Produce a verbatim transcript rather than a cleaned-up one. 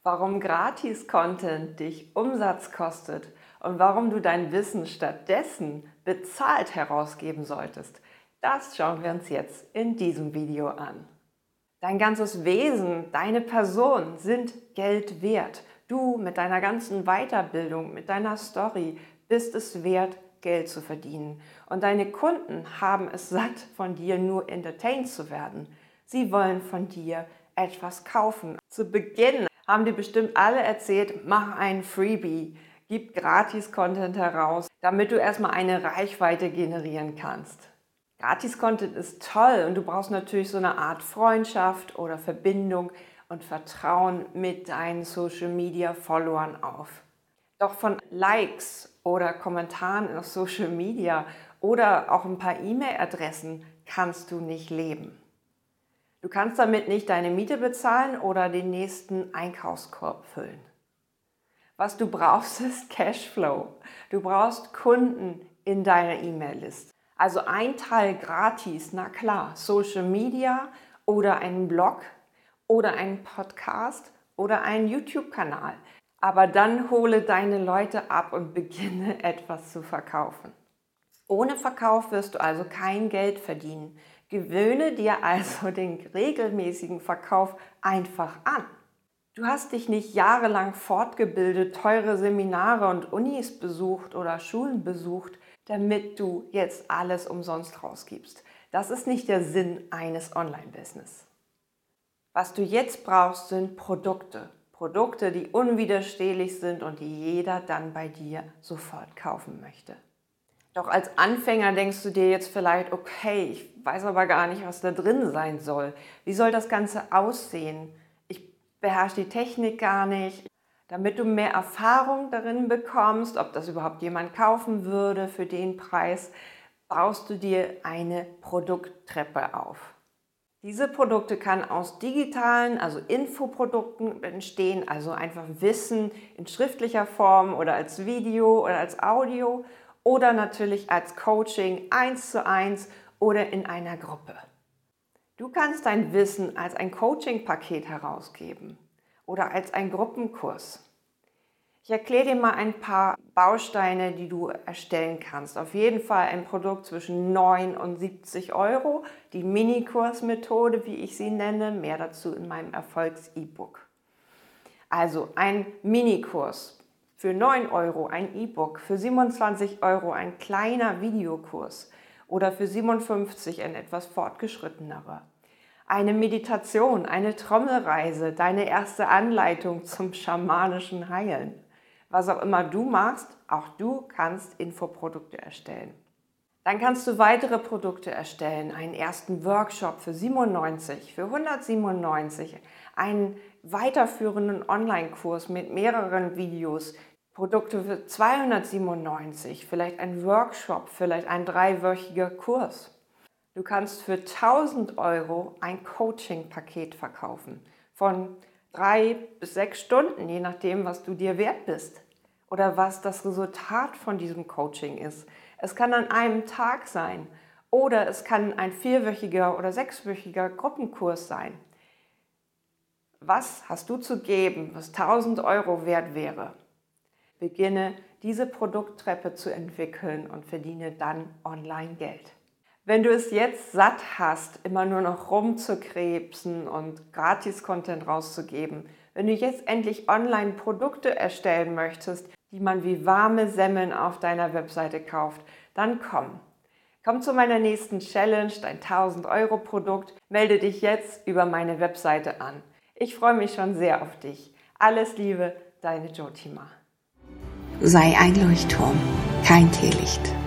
warum Gratis-Content dich Umsatz kostet und warum du dein Wissen stattdessen bezahlt herausgeben solltest, das schauen wir uns jetzt in diesem Video an. Dein ganzes Wesen, deine Person sind Geld wert. Du mit deiner ganzen Weiterbildung, mit deiner Story bist es wert, Geld zu verdienen. Und deine Kunden haben es satt, von dir nur entertained zu werden. Sie wollen von dir etwas kaufen. Zu Beginn haben dir bestimmt alle erzählt, mach ein Freebie, gib Gratis-Content heraus, damit du erstmal eine Reichweite generieren kannst. Gratis-Content ist toll und du brauchst natürlich so eine Art Freundschaft oder Verbindung und Vertrauen mit deinen Social-Media-Followern auf. Doch von Likes oder Kommentaren auf Social Media oder auch ein paar E-Mail-Adressen kannst du nicht leben. Du kannst damit nicht deine Miete bezahlen oder den nächsten Einkaufskorb füllen. Was du brauchst, ist Cashflow. Du brauchst Kunden in deiner E-Mail-Liste. Also ein Teil gratis, na klar, Social Media oder einen Blog oder einen Podcast oder einen YouTube-Kanal. Aber dann hole deine Leute ab und beginne etwas zu verkaufen. Ohne Verkauf wirst du also kein Geld verdienen. Gewöhne dir also den regelmäßigen Verkauf einfach an. Du hast dich nicht jahrelang fortgebildet, teure Seminare und Unis besucht oder Schulen besucht, damit du jetzt alles umsonst rausgibst. Das ist nicht der Sinn eines Online-Business. Was du jetzt brauchst, sind Produkte. Produkte, die unwiderstehlich sind und die jeder dann bei dir sofort kaufen möchte. Doch als Anfänger denkst du dir jetzt vielleicht, okay, ich weiß aber gar nicht, was da drin sein soll. Wie soll das Ganze aussehen? Ich beherrsche die Technik gar nicht. Damit du mehr Erfahrung darin bekommst, ob das überhaupt jemand kaufen würde für den Preis, baust du dir eine Produkttreppe auf. Diese Produkte kann aus digitalen, also Infoprodukten entstehen, also einfach Wissen in schriftlicher Form oder als Video oder als Audio oder natürlich als Coaching eins zu eins oder in einer Gruppe. Du kannst dein Wissen als ein Coaching-Paket herausgeben oder als ein Gruppenkurs. Ich erkläre dir mal ein paar Bausteine, die du erstellen kannst. Auf jeden Fall ein Produkt zwischen neun und siebzig Euro, die Mini-Kurs-Methode, wie ich sie nenne, mehr dazu in meinem Erfolgs-E-Book. Also ein Minikurs für neun Euro, ein E-Book, für siebenundzwanzig Euro ein kleiner Videokurs oder für siebenundfünfzig ein etwas fortgeschrittenerer. Eine Meditation, eine Trommelreise, deine erste Anleitung zum schamanischen Heilen. Was auch immer du machst, auch du kannst Infoprodukte erstellen. Dann kannst du weitere Produkte erstellen, einen ersten Workshop für siebenundneunzig, für hundertsiebenundneunzig, einen weiterführenden Online-Kurs mit mehreren Videos, Produkte für zweihundertsiebenundneunzig, vielleicht ein Workshop, vielleicht ein dreiwöchiger Kurs. Du kannst für tausend Euro ein Coaching-Paket verkaufen, von drei bis sechs Stunden, je nachdem, was du dir wert bist oder was das Resultat von diesem Coaching ist. Es kann an einem Tag sein oder es kann ein vierwöchiger oder sechswöchiger Gruppenkurs sein. Was hast du zu geben, was tausend Euro wert wäre? Beginne diese Produkttreppe zu entwickeln und verdiene dann online Geld. Wenn du es jetzt satt hast, immer nur noch rumzukrebsen und Gratis-Content rauszugeben, wenn du jetzt endlich online Produkte erstellen möchtest, die man wie warme Semmeln auf deiner Webseite kauft, dann komm. Komm zu meiner nächsten Challenge, dein tausend Euro Produkt, melde dich jetzt über meine Webseite an. Ich freue mich schon sehr auf dich. Alles Liebe, deine Jyotima. Sei ein Leuchtturm, kein Teelicht.